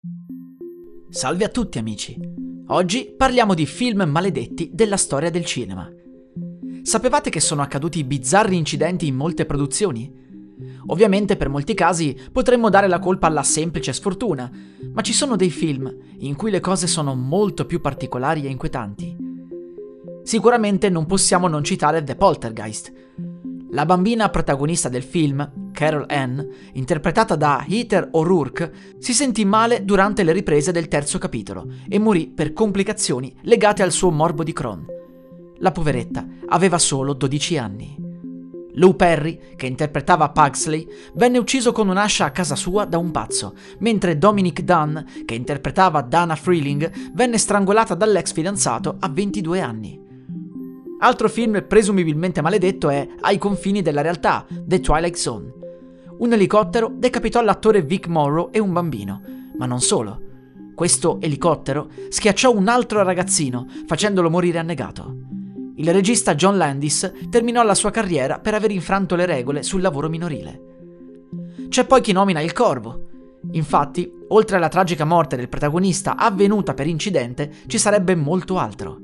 Salve a tutti amici! Oggi parliamo di film maledetti della storia del cinema. Sapevate che sono accaduti bizzarri incidenti in molte produzioni? Ovviamente per molti casi potremmo dare la colpa alla semplice sfortuna, ma ci sono dei film in cui le cose sono molto più particolari e inquietanti. Sicuramente non possiamo non citare The Poltergeist. La bambina protagonista del film, Carol Ann, interpretata da Heather O'Rourke, si sentì male durante le riprese del terzo capitolo e morì per complicazioni legate al suo morbo di Crohn. La poveretta aveva solo 12 anni. Lou Perry, che interpretava Pugsley, venne ucciso con un'ascia a casa sua da un pazzo, mentre Dominic Dunn, che interpretava Dana Freeling, venne strangolata dall'ex fidanzato a 22 anni. Altro film presumibilmente maledetto è Ai confini della realtà, The Twilight Zone. Un elicottero decapitò l'attore Vic Morrow e un bambino, ma non solo. Questo elicottero schiacciò un altro ragazzino, facendolo morire annegato. Il regista John Landis terminò la sua carriera per aver infranto le regole sul lavoro minorile. C'è poi chi nomina Il Corvo. Infatti, oltre alla tragica morte del protagonista avvenuta per incidente, ci sarebbe molto altro.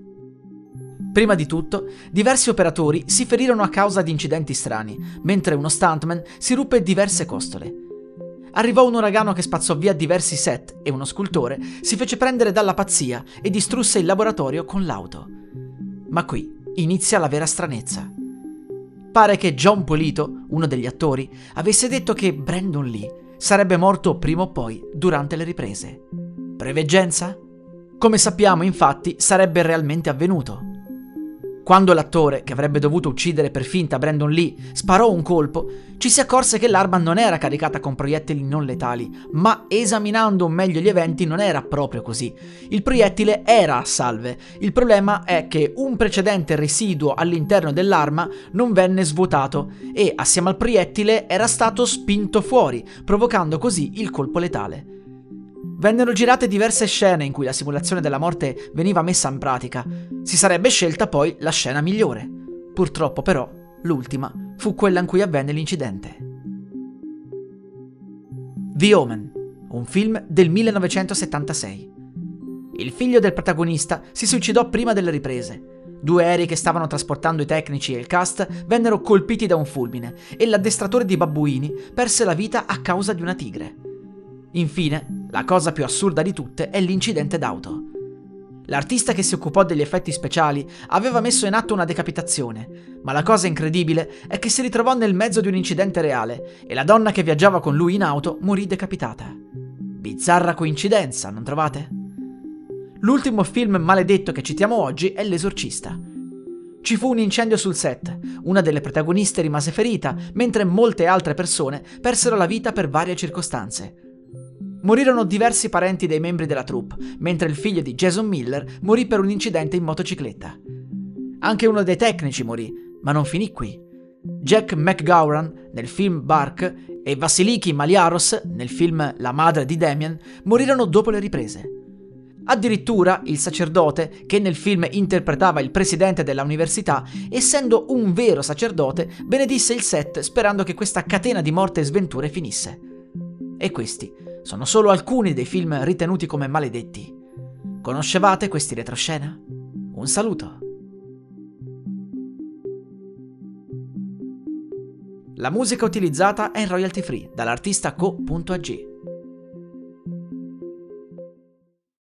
Prima di tutto, diversi operatori si ferirono a causa di incidenti strani, mentre uno stuntman si ruppe diverse costole. Arrivò un uragano che spazzò via diversi set e uno scultore si fece prendere dalla pazzia e distrusse il laboratorio con l'auto. Ma qui inizia la vera stranezza. Pare che John Polito, uno degli attori, avesse detto che Brandon Lee sarebbe morto prima o poi durante le riprese. Preveggenza? Come sappiamo, infatti, sarebbe realmente avvenuto. Quando l'attore, che avrebbe dovuto uccidere per finta Brandon Lee, sparò un colpo, ci si accorse che l'arma non era caricata con proiettili non letali, ma esaminando meglio gli eventi non era proprio così. Il proiettile era a salve. Il problema è che un precedente residuo all'interno dell'arma non venne svuotato e, assieme al proiettile, era stato spinto fuori, provocando così il colpo letale. Vennero girate diverse scene in cui la simulazione della morte veniva messa in pratica. Si sarebbe scelta poi la scena migliore. Purtroppo però, l'ultima fu quella in cui avvenne l'incidente. The Omen, un film del 1976. Il figlio del protagonista si suicidò prima delle riprese. 2 aerei che stavano trasportando i tecnici e il cast vennero colpiti da un fulmine e l'addestratore di babbuini perse la vita a causa di una tigre. Infine, la cosa più assurda di tutte è l'incidente d'auto. L'artista che si occupò degli effetti speciali aveva messo in atto una decapitazione, ma la cosa incredibile è che si ritrovò nel mezzo di un incidente reale e la donna che viaggiava con lui in auto morì decapitata. Bizzarra coincidenza, non trovate? L'ultimo film maledetto che citiamo oggi è L'Esorcista. Ci fu un incendio sul set, una delle protagoniste rimase ferita, mentre molte altre persone persero la vita per varie circostanze. Morirono diversi parenti dei membri della troupe, mentre il figlio di Jason Miller morì per un incidente in motocicletta. Anche uno dei tecnici morì, ma non finì qui. Jack McGowan, nel film Bark, e Vasiliki Maliaros, nel film La madre di Damien, morirono dopo le riprese. Addirittura il sacerdote, che nel film interpretava il presidente della università, essendo un vero sacerdote, benedisse il set sperando che questa catena di morte e sventure finisse. E questi sono solo alcuni dei film ritenuti come maledetti. Conoscevate questi retroscena? Un saluto! La musica utilizzata è in royalty free dall'artista co.ag.